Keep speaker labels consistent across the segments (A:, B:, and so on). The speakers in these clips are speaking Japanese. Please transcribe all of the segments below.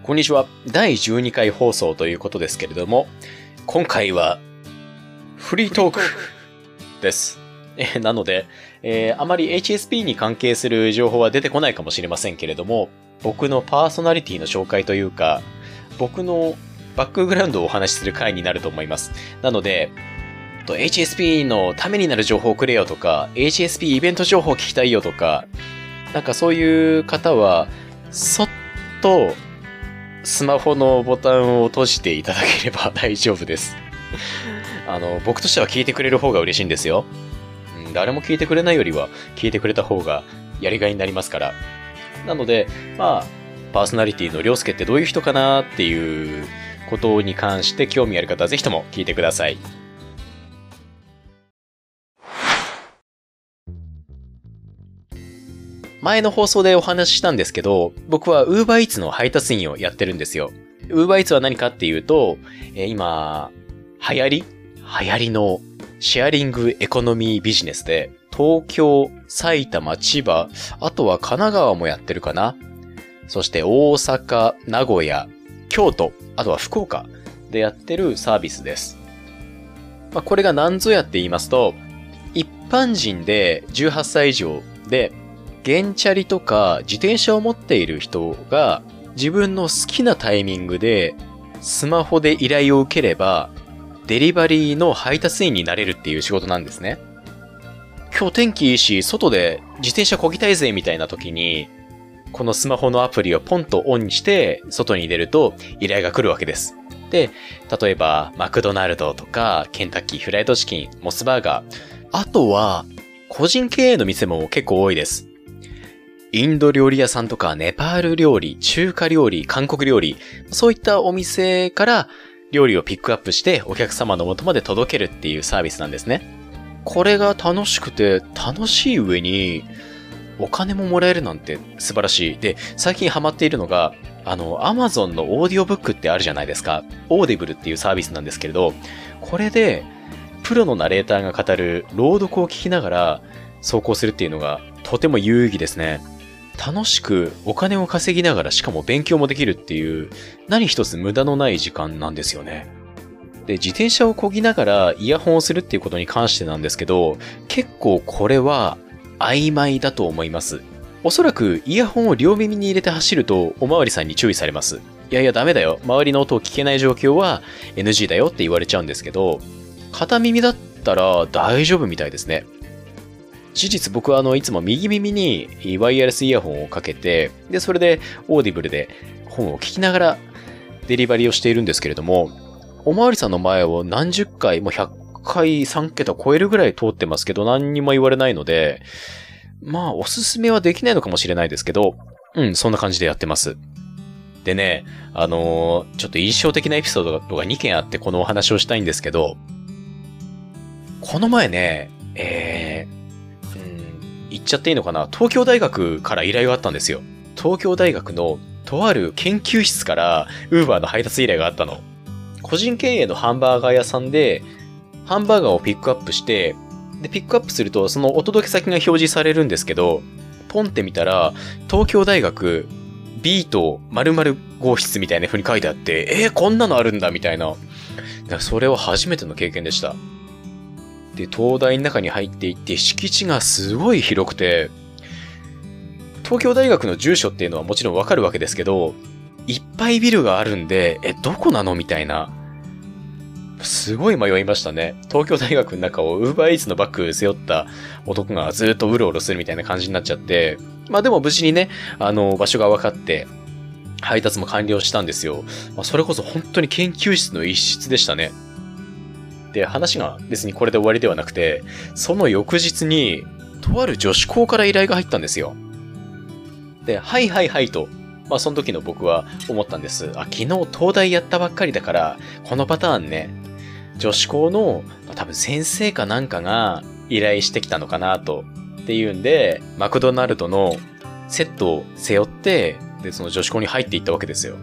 A: こんにちは。第12回放送ということですけれども、今回はフリートークです。なので、あまり HSP に関係する情報は出てこないかもしれませんけれども、僕のパーソナリティの紹介というか、僕のバックグラウンドをお話しする回になると思います。なので、HSP のためになる情報をくれよとか、HSP イベント情報を聞きたいよとか、なんかそういう方は、そっとスマホのボタンを閉じていただければ大丈夫です。僕としては聞いてくれる方が嬉しいんですよ。誰も聞いてくれないよりは聞いてくれた方がやりがいになりますから。なので、パーソナリティのりょうすけってどういう人かなっていうことに関して興味ある方はぜひとも聞いてください。前の放送でお話ししたんですけど、僕は Uber Eats の配達員をやってるんですよ。Uber Eats は何かっていうと、今、流行りのシェアリングエコノミービジネスで、東京、埼玉、千葉、あとは神奈川もやってるかな。そして大阪、名古屋、京都、あとは福岡でやってるサービスです。これが何ぞやって言いますと、一般人で18歳以上で、原チャリとか自転車を持っている人が自分の好きなタイミングでスマホで依頼を受ければデリバリーの配達員になれるっていう仕事なんですね。今日天気いいし外で自転車漕ぎたいぜみたいな時にこのスマホのアプリをポンとオンにして外に出ると依頼が来るわけです。で、例えばマクドナルドとかケンタッキーフライドチキン、モスバーガー、あとは個人経営の店も結構多いです。インド料理屋さんとかネパール料理、中華料理、韓国料理、そういったお店から料理をピックアップしてお客様の元まで届けるっていうサービスなんですね。これが楽しくて楽しい上にお金ももらえるなんて素晴らしい。で、最近ハマっているのがAmazon のオーディオブックってあるじゃないですか。オーディブルっていうサービスなんですけれど、これでプロのナレーターが語る朗読を聞きながら走行するっていうのがとても有意義ですね。楽しくお金を稼ぎながらしかも勉強もできるっていう何一つ無駄のない時間なんですよね。で、自転車を漕ぎながらイヤホンをするっていうことに関してなんですけど、結構これは曖昧だと思います。おそらくイヤホンを両耳に入れて走るとおまわりさんに注意されます。いやいやダメだよ。周りの音を聞けない状況は NG だよって言われちゃうんですけど、片耳だったら大丈夫みたいですね。事実僕はいつも右耳にワイヤレスイヤホンをかけて、で、それでオーディブルで本を聞きながらデリバリーをしているんですけれども、おまわりさんの前を何十回、もう100回3桁超えるぐらい通ってますけど、何にも言われないので、おすすめはできないのかもしれないですけど、そんな感じでやってます。でね、ちょっと印象的なエピソードが2件あってこのお話をしたいんですけど、この前ね、言っちゃっていいのかな？東京大学から依頼があったんですよ。東京大学のとある研究室から Uber の配達依頼があったの。個人経営のハンバーガー屋さんで、ハンバーガーをピックアップして、で、ピックアップするとそのお届け先が表示されるんですけど、ポンって見たら、東京大学 B と〇〇号室みたいな風に書いてあって、こんなのあるんだみたいな。それは初めての経験でした。で、東大の中に入っていって敷地がすごい広くて、東京大学の住所っていうのはもちろんわかるわけですけど、いっぱいビルがあるんで、どこなのみたいな。すごい迷いましたね。東京大学の中を Uber Eats のバッグ背負った男がずっとうろうろするみたいな感じになっちゃって、でも無事にね、場所が分かって、配達も完了したんですよ。それこそ本当に研究室の一室でしたね。で、話が別にこれで終わりではなくて、その翌日に、とある女子校から依頼が入ったんですよ。で、はいと、その時の僕は思ったんです。昨日東大やったばっかりだから、このパターンね、女子校の多分先生かなんかが依頼してきたのかなと。っていうんで、マクドナルドのセットを背負って、で、その女子校に入っていったわけですよ。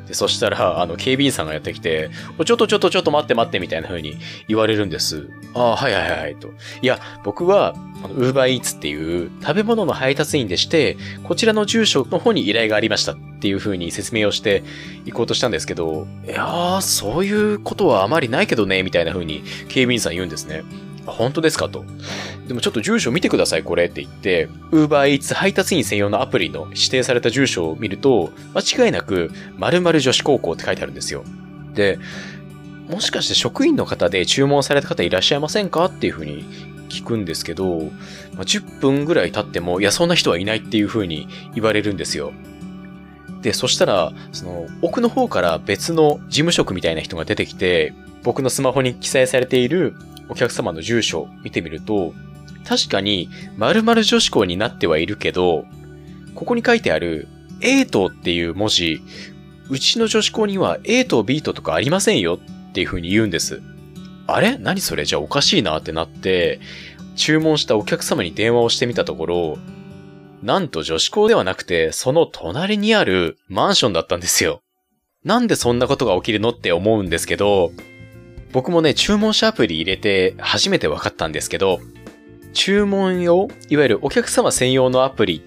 A: で、そしたら、警備員さんがやってきて、ちょっと待ってみたいな風に言われるんです。はい、と。いや、僕は、Uber Eats っていう食べ物の配達員でして、こちらの住所の方に依頼がありましたっていう風に説明をして行こうとしたんですけど、いやー、そういうことはあまりないけどね、みたいな風に警備員さん言うんですね。本当ですかと。でもちょっと住所見てください、これって言って、Uber Eats 配達員専用のアプリの指定された住所を見ると、間違いなく、〇〇女子高校って書いてあるんですよ。で、もしかして職員の方で注文された方いらっしゃいませんかっていう風に聞くんですけど、10分ぐらい経っても、いや、そんな人はいないっていう風に言われるんですよ。で、そしたら、奥の方から別の事務職みたいな人が出てきて、僕のスマホに記載されているお客様の住所を見てみると、確かに〇〇女子校になってはいるけど、ここに書いてある A 棟っていう文字、うちの女子校には A 棟 B 棟とかありませんよっていう風に言うんです。あれ？何それ？じゃあおかしいなってなって、注文したお客様に電話をしてみたところ、なんと女子校ではなくて、その隣にあるマンションだったんですよ。なんでそんなことが起きるのって思うんですけど、僕もね、注文者アプリ入れて初めて分かったんですけど、注文用、いわゆるお客様専用のアプリって、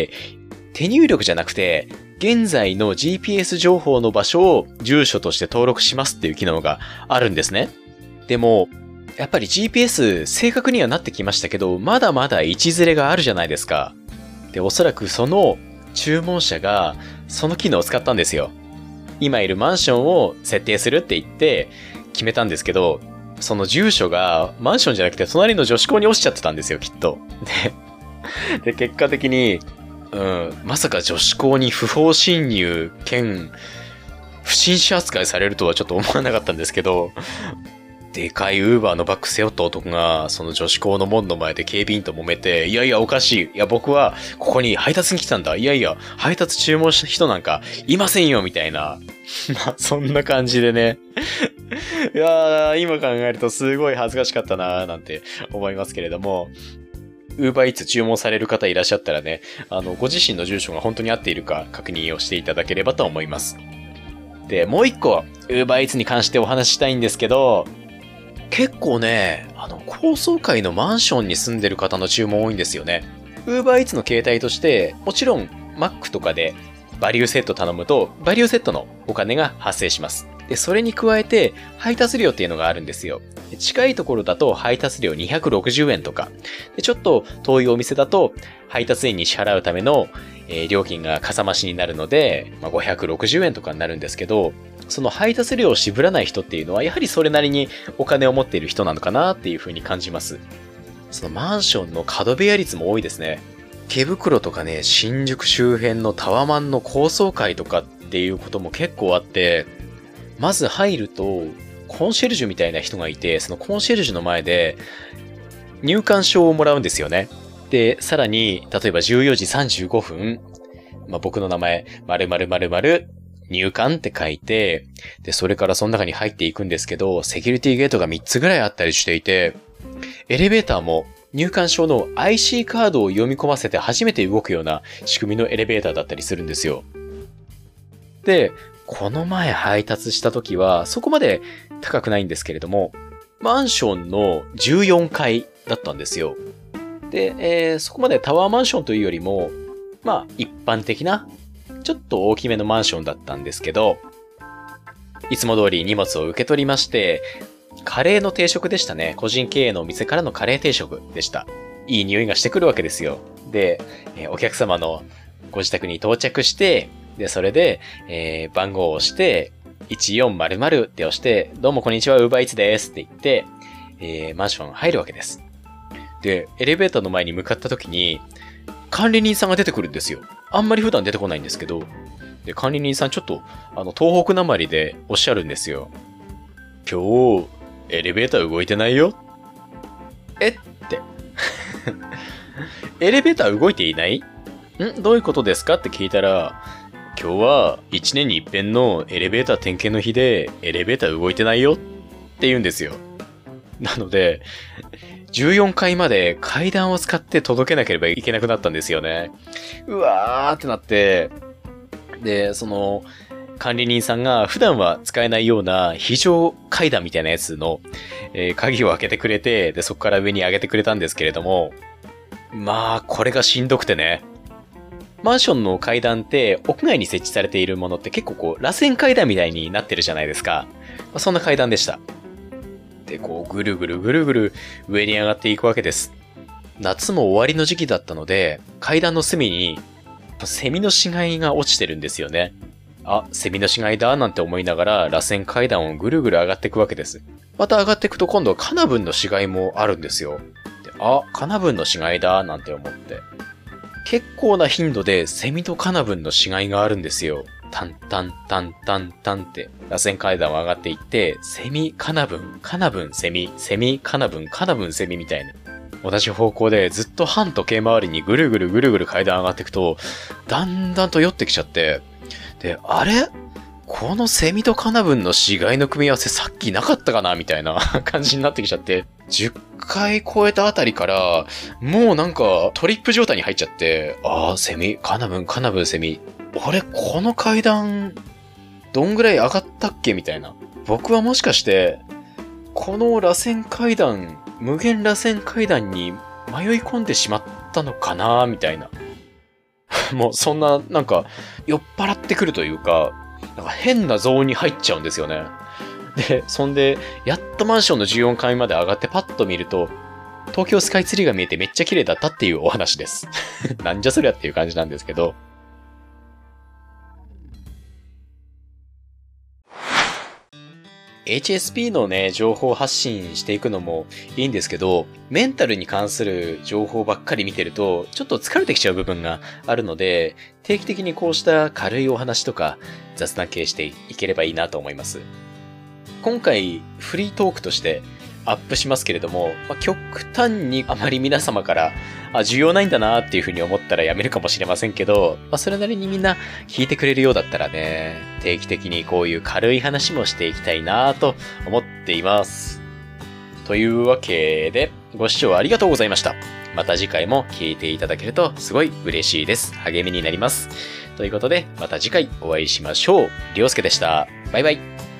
A: 手入力じゃなくて、現在の GPS 情報の場所を住所として登録しますっていう機能があるんですね。でも、やっぱり GPS 正確にはなってきましたけど、まだまだ位置ずれがあるじゃないですか。で、おそらくその注文者がその機能を使ったんですよ。今いるマンションを設定するって言って決めたんですけど、その住所がマンションじゃなくて隣の女子校に落ちちゃってたんですよ、きっと。で、結果的に、まさか女子校に不法侵入兼不審者扱いされるとはちょっと思わなかったんですけど、でかいウーバーのバッグ背負った男がその女子校の門の前で警備員と揉めて、いやいやおかしい。いや僕はここに配達に来たんだ。いやいや配達注文した人なんかいませんよみたいな。まあそんな感じでね。いやー今考えるとすごい恥ずかしかったなーなんて思いますけれども。Uber Eats注文される方いらっしゃったらね、ご自身の住所が本当に合っているか確認をしていただければと思います。で、もう一個、Uber Eatsに関してお話ししたいんですけど、結構ね、高層階のマンションに住んでる方の注文多いんですよね。Uber Eatsの形態として、もちろん Mac とかでバリューセット頼むと、バリューセットのお金が発生します。で、それに加えて、配達料っていうのがあるんですよ。近いところだと配達料260円とか、でちょっと遠いお店だと配達員に支払うための、料金がかさ増しになるので、560円とかになるんですけど、その配達料を渋らない人っていうのは、やはりそれなりにお金を持っている人なのかなっていうふうに感じます。そのマンションの角部屋率も多いですね。池袋とかね、新宿周辺のタワマンの高層階とかっていうことも結構あって、まず入ると、コンシェルジュみたいな人がいて、そのコンシェルジュの前で入館証をもらうんですよね。で、さらに、例えば14時35分、僕の名前、〇〇〇〇入館って書いて、で、それからその中に入っていくんですけど、セキュリティゲートが3つぐらいあったりしていて、エレベーターも入館証の IC カードを読み込ませて初めて動くような仕組みのエレベーターだったりするんですよ。で、この前配達した時はそこまで高くないんですけれども、マンションの14階だったんですよ。で、そこまでタワーマンションというよりも、一般的なちょっと大きめのマンションだったんですけど、いつも通り荷物を受け取りまして、カレーの定食でしたね。個人経営のお店からのカレー定食でした。いい匂いがしてくるわけですよ。で、お客様のご自宅に到着して、で、それで、番号を押して、1400って押して、どうもこんにちは、Uber Eats ですって言って、マンション入るわけです。で、エレベーターの前に向かった時に、管理人さんが出てくるんですよ。あんまり普段出てこないんですけど、で、管理人さんちょっと、東北なまりでおっしゃるんですよ。今日、エレベーター動いてないよ。えって。エレベーター動いていない？どういうことですかって聞いたら、今日は1年に一遍のエレベーター点検の日でエレベーター動いてないよって言うんですよ。なので、14階まで階段を使って届けなければいけなくなったんですよね。うわーってなって、で、 管理人さんが普段は使えないような非常階段みたいなやつの、鍵を開けてくれて、で、そこから上に上げてくれたんですけれども、まあ、これがしんどくてね。マンションの階段って屋外に設置されているものって結構こう、螺旋階段みたいになってるじゃないですか。そんな階段でした。で、こう、ぐるぐるぐるぐる上に上がっていくわけです。夏も終わりの時期だったので、階段の隅にセミの死骸が落ちてるんですよね。あ、セミの死骸だなんて思いながら螺旋階段をぐるぐる上がっていくわけです。また上がっていくと今度はカナブンの死骸もあるんですよ。で、あ、カナブンの死骸だなんて思って。結構な頻度でセミとカナブンの死骸があるんですよ。タンタンタンタンタンって螺旋階段を上がっていって、セミ、カナブン、カナブン、セミ、セミ、カナブン、カナブン、セミみたいな。同じ方向でずっと反時計回りにぐるぐるぐるぐる階段上がっていくと、だんだんと酔ってきちゃって、で、あれこのセミとカナブンの死骸の組み合わせさっきなかったかなみたいな感じになってきちゃって、10回超えたあたりから、もうなんかトリップ状態に入っちゃって、あーセミ、カナブン、カナブン、セミ。あれこの階段、どんぐらい上がったっけみたいな。僕はもしかして、この螺旋階段、無限螺旋階段に迷い込んでしまったのかなみたいな。もうそんな、なんか、酔っ払ってくるというか、なんか変なゾーンに入っちゃうんですよね。で、そんで、やっとマンションの14階まで上がってパッと見ると、東京スカイツリーが見えてめっちゃ綺麗だったっていうお話です。なんじゃそりゃっていう感じなんですけど。HSP のね、情報発信していくのもいいんですけど、メンタルに関する情報ばっかり見てると、ちょっと疲れてきちゃう部分があるので、定期的にこうした軽いお話とか雑談系していければいいなと思います。今回、フリートークとしてアップしますけれども、極端にあまり皆様から需要ないんだなっていうふうに思ったらやめるかもしれませんけど、それなりにみんな聞いてくれるようだったらね、定期的にこういう軽い話もしていきたいなと思っています。というわけで、ご視聴ありがとうございました。また次回も聞いていただけるとすごい嬉しいです。励みになります。ということで、また次回お会いしましょう。りょうすけでした。バイバイ。